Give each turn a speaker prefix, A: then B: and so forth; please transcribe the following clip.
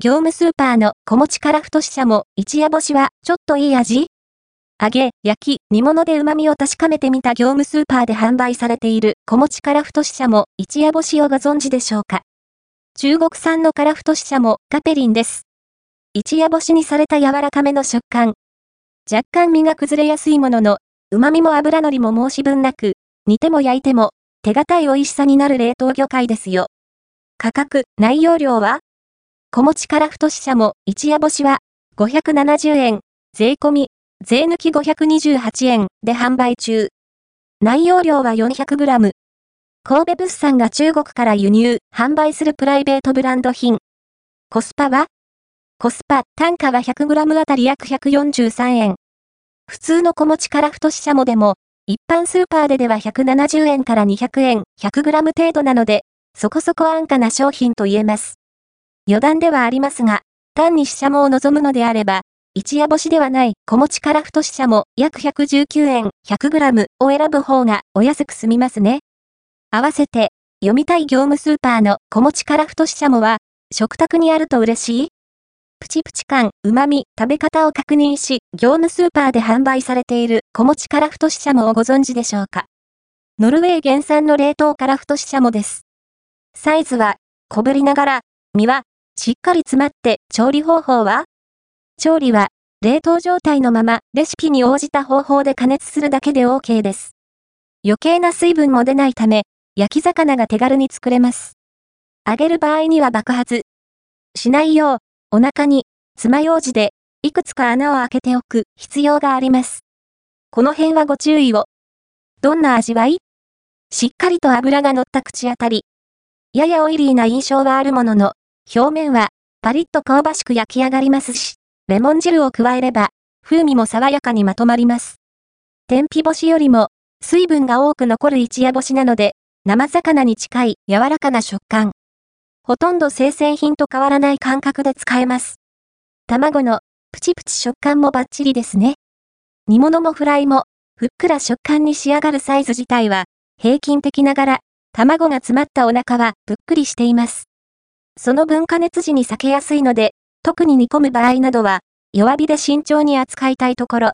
A: 業務スーパーの小持から太ししゃも、一夜干しはちょっといい味？揚げ、焼き、煮物で旨味を確かめてみた業務スーパーで販売されている小持から太ししゃも、一夜干しをご存知でしょうか？中国産のから太ししゃも、ガペリンです。一夜干しにされた柔らかめの食感。若干身が崩れやすいものの、旨味も脂のりも申し分なく、煮ても焼いても、手堅い美味しさになる冷凍魚介ですよ。価格、内容量は？小持から太ししゃも、一夜干しは、570円、税込み、税抜き528円で販売中。内容量は 400g。神戸物産が中国から輸入、販売するプライベートブランド品。コスパは？コスパ、単価は 100g あたり約143円。普通の小持から太ししゃもでも、一般スーパーでは170円から200円、100g 程度なので、そこそこ安価な商品と言えます。余談ではありますが、単にししゃもを望むのであれば、一夜干しではない小持から太ししゃも約119円 100g を選ぶ方がお安く済みますね。合わせて、読みたい業務スーパーの小持から太ししゃもは、食卓にあると嬉しい？プチプチ感、旨味、食べ方を確認し、業務スーパーで販売されている小持から太ししゃもをご存知でしょうか？ノルウェー原産の冷凍から太ししゃもです。サイズは、小ぶりながら、身は、しっかり詰まって調理方法は？調理は、冷凍状態のままレシピに応じた方法で加熱するだけで OK です。余計な水分も出ないため、焼き魚が手軽に作れます。揚げる場合には爆発しないよう、お腹に爪楊枝でいくつか穴を開けておく必要があります。この辺はご注意を。どんな味わい？しっかりと脂が乗った口当たり。ややオイリーな印象はあるものの、表面はパリッと香ばしく焼き上がりますし、レモン汁を加えれば、風味も爽やかにまとまります。天日干しよりも、水分が多く残る一夜干しなので、生魚に近い柔らかな食感。ほとんど生鮮品と変わらない感覚で使えます。卵のプチプチ食感もバッチリですね。煮物もフライも、ふっくら食感に仕上がるサイズ自体は、平均的ながら、卵が詰まったお腹はぷっくりしています。その分加熱時に避けやすいので、特に煮込む場合などは、弱火で慎重に扱いたいところ。